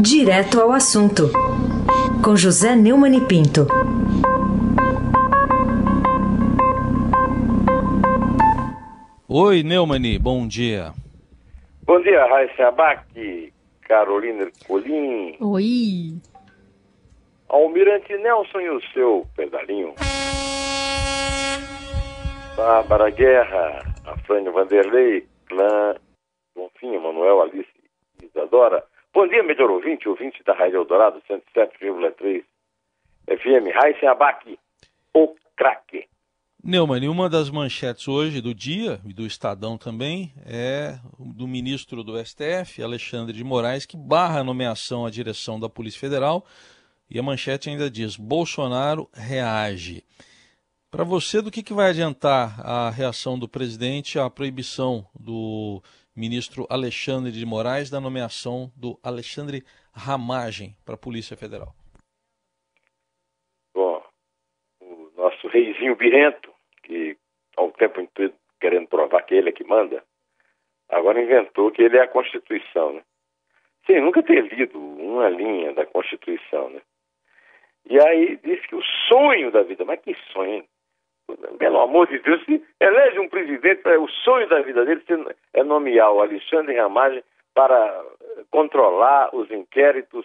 Direto ao assunto, com José Neumann e Pinto. Oi, Neumann, bom dia. Bom dia, Raíssa Abac, Carolina Ercolim. Oi. Almirante Nelson e o seu pedalinho. Bárbara Guerra, Afrânio Vanderlei, Clã, Bonfim, Manuel, Alice e Isadora. Bom dia, melhor ouvinte da Rádio Eldorado, 107,3 FM. Raíssa Abac, o craque. Neumann, uma das manchetes hoje do dia, e do Estadão também, é do ministro do STF, Alexandre de Moraes, que barra a nomeação à direção da Polícia Federal, e a manchete ainda diz: Bolsonaro reage. Para você, do que vai adiantar a reação do presidente à proibição do ministro Alexandre de Moraes da nomeação do Alexandre Ramagem para a Polícia Federal? Bom, o nosso reizinho birrento, que ao tempo inteiro querendo provar que ele é que manda, agora inventou que ele é a Constituição, né? Sem nunca ter lido uma linha da Constituição, né? E aí disse que o sonho da vida, mas que sonho, hein? Pelo amor de Deus, se elege um presidente, o sonho da vida dele é nomear o Alexandre Ramagem para controlar os inquéritos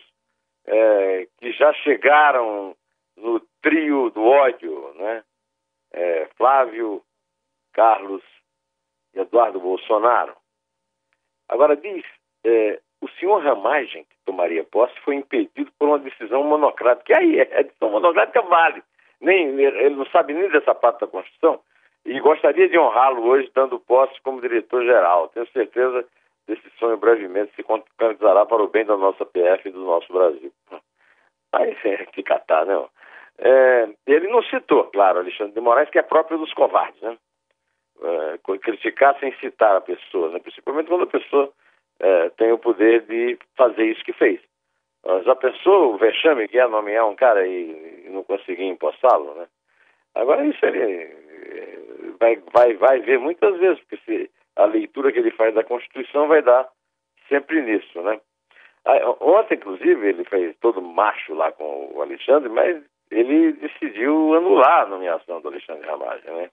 que já chegaram no trio do ódio, né? Flávio, Carlos e Eduardo Bolsonaro. Agora diz, o senhor Ramagem, que tomaria posse, foi impedido por uma decisão monocrática. E aí, a decisão monocrática vale. Ele não sabe nem dessa parte da Constituição e gostaria de honrá-lo hoje, dando posse como diretor-geral. Tenho certeza desse sonho brevemente se concretizará para o bem da nossa PF e do nosso Brasil. Aí que catar, né? Ele não citou, claro, Alexandre de Moraes, que é próprio dos covardes, né? Criticar sem citar a pessoa, né? Principalmente quando a pessoa tem o poder de fazer isso que fez. Já pensou o vexame que é nomear um cara e não conseguir empossá-lo, né? Agora isso ele vai ver muitas vezes, porque a leitura que ele faz da Constituição vai dar sempre nisso, né? Ontem, inclusive, ele fez todo macho lá com o Alexandre, mas ele decidiu anular a nomeação do Alexandre Ramagem, né?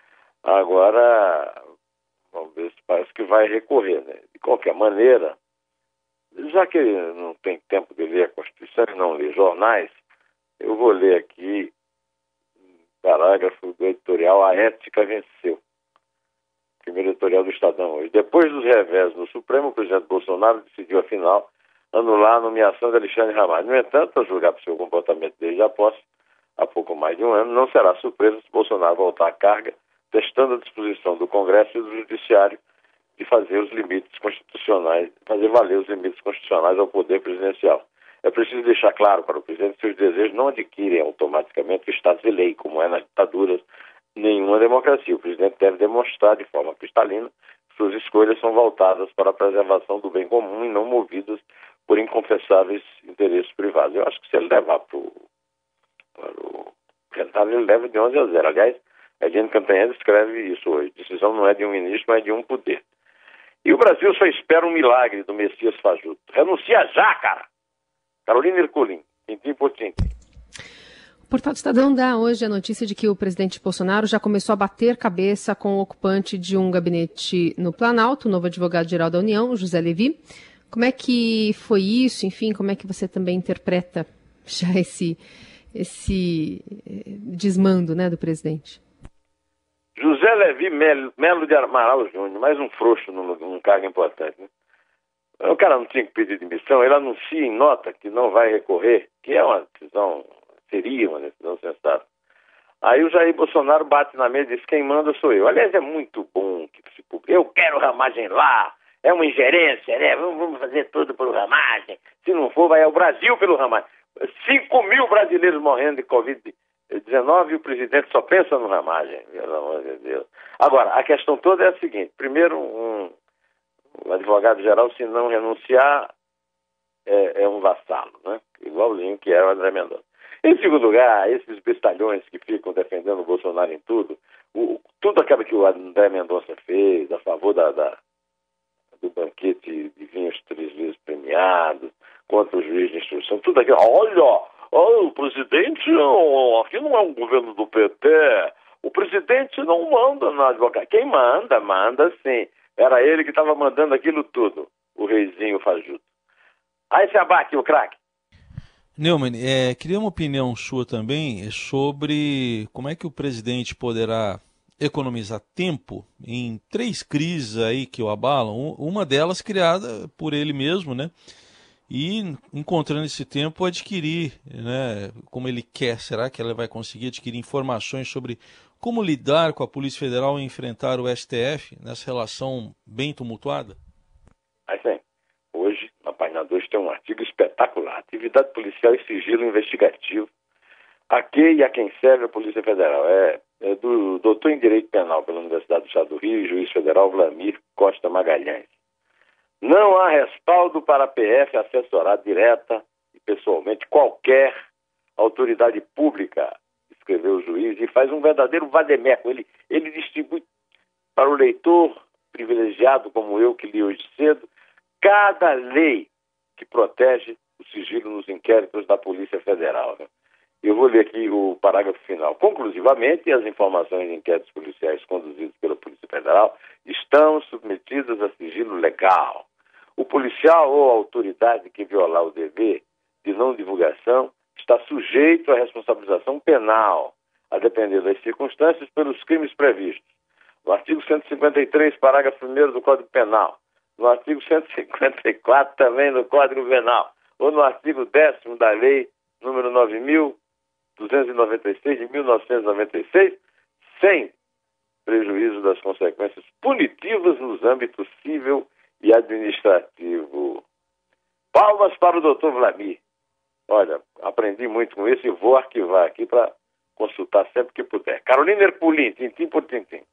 Agora, vamos ver se parece que vai recorrer, né? De qualquer maneira, já que ele não tem tempo de ler a Constituição e não ler jornais, eu vou ler aqui um parágrafo do editorial A Ética Venceu. Primeiro editorial do Estadão hoje. Depois dos revés no Supremo, o presidente Bolsonaro decidiu, afinal, anular a nomeação de Alexandre Ramagem. No entanto, a julgar por seu comportamento desde a posse, há pouco mais de um ano, não será surpresa se Bolsonaro voltar à carga, testando a disposição do Congresso e do Judiciário de fazer os limites constitucionais, fazer valer os limites constitucionais ao poder presidencial. É preciso deixar claro para o presidente que seus desejos não adquirem automaticamente o status de lei, como é nas ditaduras nenhuma democracia. O presidente deve demonstrar de forma cristalina que suas escolhas são voltadas para a preservação do bem comum e não movidas por inconfessáveis interesses privados. Eu acho que se ele levar para o Cantar, ele leva de 11-0. Aliás, a Ediane Cantanhede escreve isso hoje. Decisão não é de um ministro, mas de um poder. E o Brasil só espera um milagre do Messias fajuto. Renuncia já, cara! Carolina Ercolim, tintim por tintim. O Portal do Estadão dá hoje a notícia de que o presidente Bolsonaro já começou a bater cabeça com o ocupante de um gabinete no Planalto, o novo advogado-geral da União, José Levi. Como é que foi isso? Enfim, como é que você também interpreta já esse desmando, né, do presidente? José Levi Melo de Amaral Júnior, mais um frouxo num cargo importante, né? O cara não tinha que pedir demissão, ele anuncia em nota que não vai recorrer, que é uma decisão, seria uma decisão sensata. Aí o Jair Bolsonaro bate na mesa e diz: quem manda sou eu. Aliás, é muito bom que se publique. Eu quero Ramagem lá, é uma ingerência, né? Vamos fazer tudo pelo Ramagem. Se não for, vai ao Brasil pelo Ramagem. 5 mil brasileiros morrendo de Covid-19 e o presidente só pensa no Ramagem, pelo amor de Deus. Agora, a questão toda é a seguinte: primeiro, o advogado-geral, se não renunciar, é um vassalo, né? Igualzinho que era o André Mendonça. Em segundo lugar, esses bestalhões que ficam defendendo o Bolsonaro em tudo, tudo aquilo que o André Mendonça fez a favor do banquete de vinhos 3 vezes premiados, contra o juiz de instrução, tudo aquilo. Olha, o presidente aqui não é um governo do PT. O presidente não manda na advogada. Quem manda, manda sim. Era ele que estava mandando aquilo tudo, o reizinho fajuto. Aí se abate o craque. Neumann, queria uma opinião sua também sobre como é que o presidente poderá economizar tempo em 3 crises aí que o abalam, uma delas criada por ele mesmo, né? E encontrando esse tempo adquirir, né, como ele quer. Será que ela vai conseguir adquirir informações sobre como lidar com a Polícia Federal e enfrentar o STF nessa relação bem tumultuada? Assim, hoje, na página 2, tem um artigo espetacular. Atividade policial e sigilo investigativo. A que e a quem serve a Polícia Federal? É do doutor em Direito Penal pela Universidade do Estado do Rio, juiz federal Vlamir Costa Magalhães. Não há respaldo para a PF assessorar direta e pessoalmente qualquer autoridade pública, escreveu o juiz, e faz um verdadeiro vademeco. Ele distribui para o leitor privilegiado como eu, que li hoje cedo, cada lei que protege o sigilo nos inquéritos da Polícia Federal. Eu vou ler aqui o parágrafo final. Conclusivamente, as informações de inquéritos policiais conduzidos pela Polícia Federal estão submetidas a sigilo legal. O policial ou a autoridade que violar o dever de não divulgação está sujeito à responsabilização penal, a depender das circunstâncias, pelos crimes previstos. No artigo 153, parágrafo 1º do Código Penal, no artigo 154 também do Código Penal, ou no artigo 10º da Lei número 9.296 de 1996, sem prejuízo das consequências punitivas nos âmbitos civil e administrativo. Palmas para o doutor Vlamir. Olha, aprendi muito com isso e vou arquivar aqui para consultar sempre que puder. Carolina Ercolim, tintim por tintim.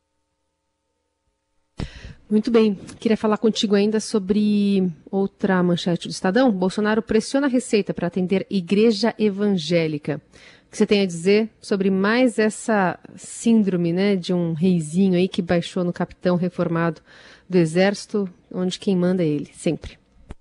Muito bem. Queria falar contigo ainda sobre outra manchete do Estadão. Bolsonaro pressiona a Receita para atender igreja evangélica. O que você tem a dizer sobre mais essa síndrome, né, de um reizinho aí que baixou no capitão reformado do Exército, onde quem manda é ele, sempre?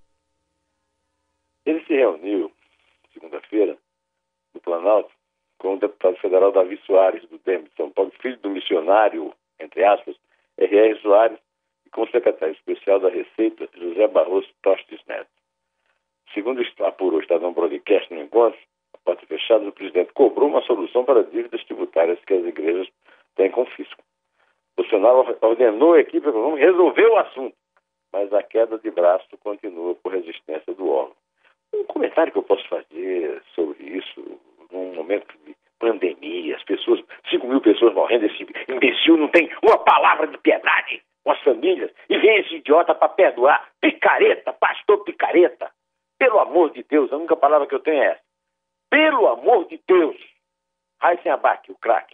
Ele se reuniu, segunda-feira, no Planalto, com o deputado federal Davi Soares, do DEM de São Paulo, filho do missionário, entre aspas, R.R. Soares, e com o secretário especial da Receita, José Barroso Tostes Neto. Segundo apurou o Estadão Broadcast no encontro, a porta fechada, o presidente cobrou uma solução para dívidas tributárias que as igrejas têm com o fisco. Bolsonaro ordenou a equipe para resolver o assunto, mas a queda de braço continua por resistência do órgão. Um comentário que eu posso fazer sobre isso, num momento de pandemia, as pessoas, 5.000 pessoas morrendo, esse imbecil não tem uma palavra de piedade com as famílias, e vem esse idiota para perdoar. Picareta, pastor picareta. Pelo amor de Deus, a única palavra que eu tenho é essa. Pelo amor de Deus. Raíssen Abac, o craque.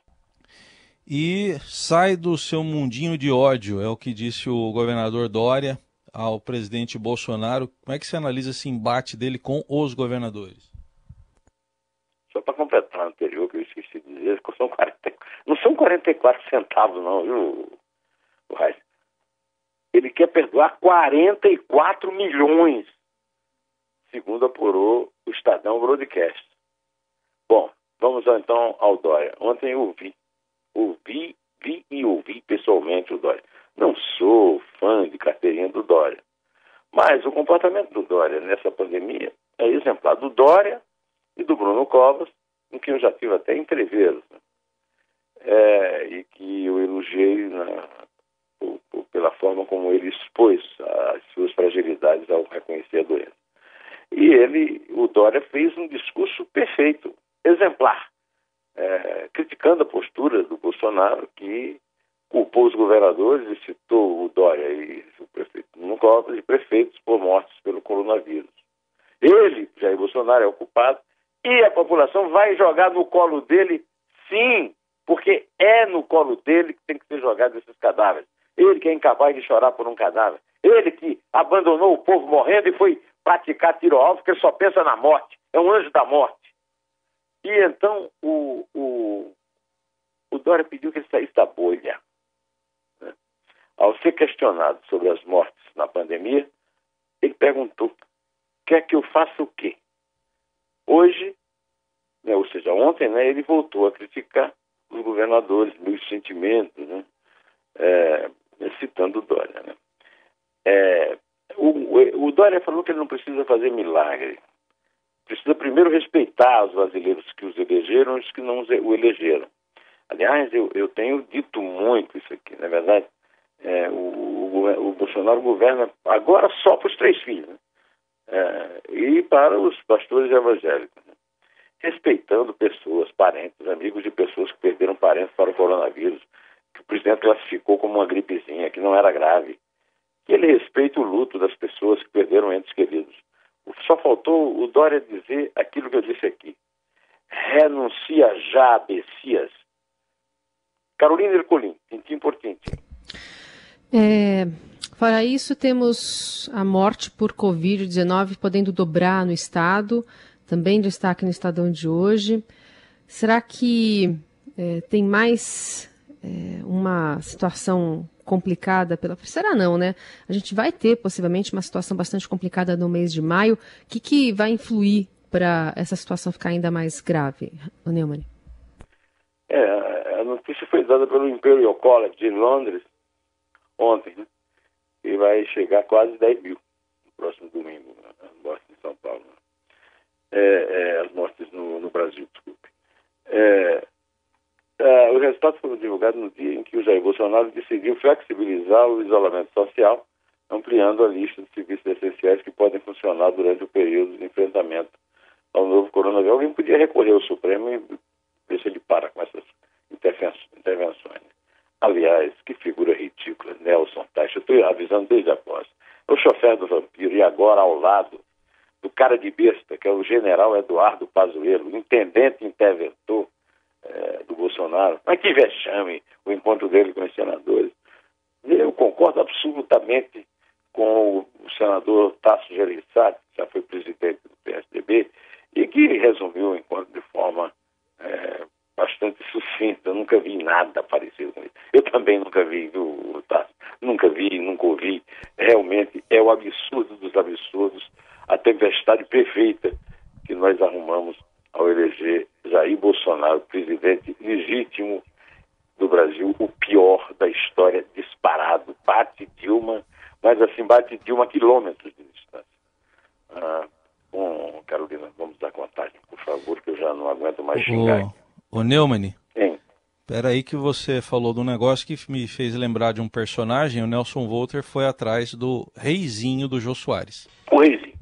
E sai do seu mundinho de ódio, é o que disse o governador Dória ao presidente Bolsonaro. Como é que você analisa esse embate dele com os governadores? Só para completar o anterior, que eu esqueci de dizer, não são 44 centavos não, viu, o Raíssen? Ele quer perdoar 44 milhões, segundo apurou o Estadão Broadcast. Bom, vamos então ao Dória. Ontem eu vi pessoalmente o Dória. Não sou fã de carteirinha do Dória, mas o comportamento do Dória nessa pandemia é exemplar do Dória e do Bruno Covas, em que eu já tive até entreveros, né? E que eu elogiei pela forma como ele expôs as suas fragilidades ao reconhecer a doença. E o Dória fez um discurso perfeito, exemplar, criticando a postura do Bolsonaro, que culpou os governadores e citou o Dória e o prefeito Bruno Covas de prefeitos por mortes pelo coronavírus. Ele, Jair Bolsonaro, é o culpado e a população vai jogar no colo dele, sim, porque é no colo dele que tem que ser jogado esses cadáveres. Ele que é incapaz de chorar por um cadáver. Ele que abandonou o povo morrendo e foi praticar tiro ao alvo, porque ele só pensa na morte. É um anjo da morte. E então o Dória pediu que ele saísse da bolha. Né? Ao ser questionado sobre as mortes na pandemia, ele perguntou quer que eu faça o quê? Hoje, né, ou seja, ontem, né, ele voltou a criticar os governadores, meus sentimentos, né, citando o Dória. Né. O Dória falou que ele não precisa fazer milagre. Precisa primeiro respeitar os brasileiros que os elegeram e os que não o elegeram. Aliás, eu tenho dito muito isso aqui. Na verdade, o Bolsonaro governa agora só para os 3 filhos, né? E para os pastores evangélicos, né? Respeitando pessoas, parentes, amigos de pessoas que perderam parentes para o coronavírus, que o presidente classificou como uma gripezinha, que não era grave. Que ele respeita o luto das pessoas que perderam entes queridos. Só faltou o Dória dizer aquilo que eu disse aqui. Renuncia já, Bessias. Carolina Ercolim, tintim por tintim. Fora isso, temos a morte por Covid-19 podendo dobrar no estado, também destaque no Estadão de hoje. Será que tem mais uma situação complicada Será não, né? A gente vai ter possivelmente uma situação bastante complicada no mês de maio. O que vai influir para essa situação ficar ainda mais grave, Neumann? A notícia foi dada pelo Imperial College de Londres ontem, né? E vai chegar a quase 10 mil no próximo domingo, né? As mortes em São Paulo. Né? As mortes no Brasil, desculpe. Os resultados foram divulgados no dia em que o Jair Bolsonaro decidiu flexibilizar o isolamento social, ampliando a lista de serviços essenciais que podem funcionar durante o período de enfrentamento ao novo coronavírus. Alguém podia recorrer ao Supremo e ver se ele para com essas intervenções. Aliás, que figura ridícula, Nelson Teich. Eu estou avisando desde a posse. O chofer do vampiro, e agora ao lado do cara de besta, que é o general Eduardo Pazuello, o intendente interventor do Bolsonaro. Mas que vexame o encontro dele com os senadores. Eu concordo absolutamente com o senador Tasso Gereissati, que já foi presidente do PSDB, e que resumiu o encontro de forma bastante sucinta. Eu nunca vi nada parecido com isso. Eu também nunca vi, viu, Tasso? Nunca vi, nunca ouvi. Realmente é o absurdo dos absurdos, a tempestade perfeita que nós arrumamos ao eleger Jair Bolsonaro, presidente legítimo do Brasil, o pior da história, disparado. Bate Dilma, mas assim, bate Dilma a quilômetros de distância. Bom, Carolina, vamos dar contagem, por favor, que eu já não aguento mais xingar. Ô Neumann, Sim. Espera aí que você falou de um negócio que me fez lembrar de um personagem. O Nelson Volter foi atrás do reizinho do Jô Soares. O reizinho.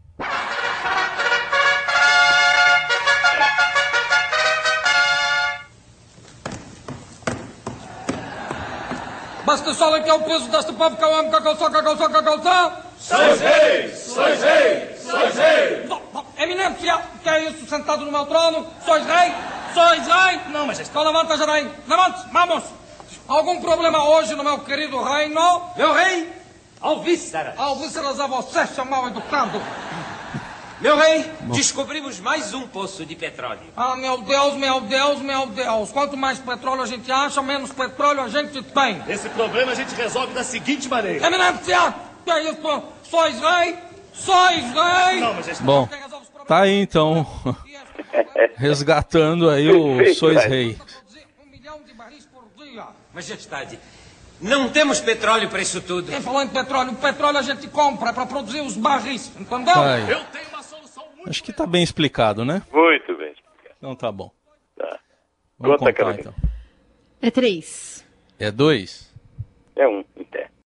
Basta só que é o peso deste povo que eu amo, calçar. Sois rei! Eminência, que é isso sentado no meu trono? Sois rei? Não, mas então levanta-se daí. Levante-se, vamos. Algum problema hoje no meu querido reino? Meu rei, alvíceras. Alvíceras a você, seu mal educado. Meu rei, descobrimos mais um poço de petróleo. Ah, meu Deus. Quanto mais petróleo a gente acha, menos petróleo a gente tem. Esse problema a gente resolve da seguinte maneira. Eminência, que é isso? Sois rei? Não, mas Bom, tá aí então, resgatando aí o Sois Rei. 1 milhão de barris por dia. Majestade, não temos petróleo para isso tudo. Quem falou em petróleo? O petróleo a gente compra para produzir os barris, entendeu? Aí. Eu tenho uma solução muito... Acho que tá bem explicado, né? Muito bem explicado. Então tá bom. Tá. Vamos Conta, contar Carolina. então. É 3. É 2? É 1, em tese.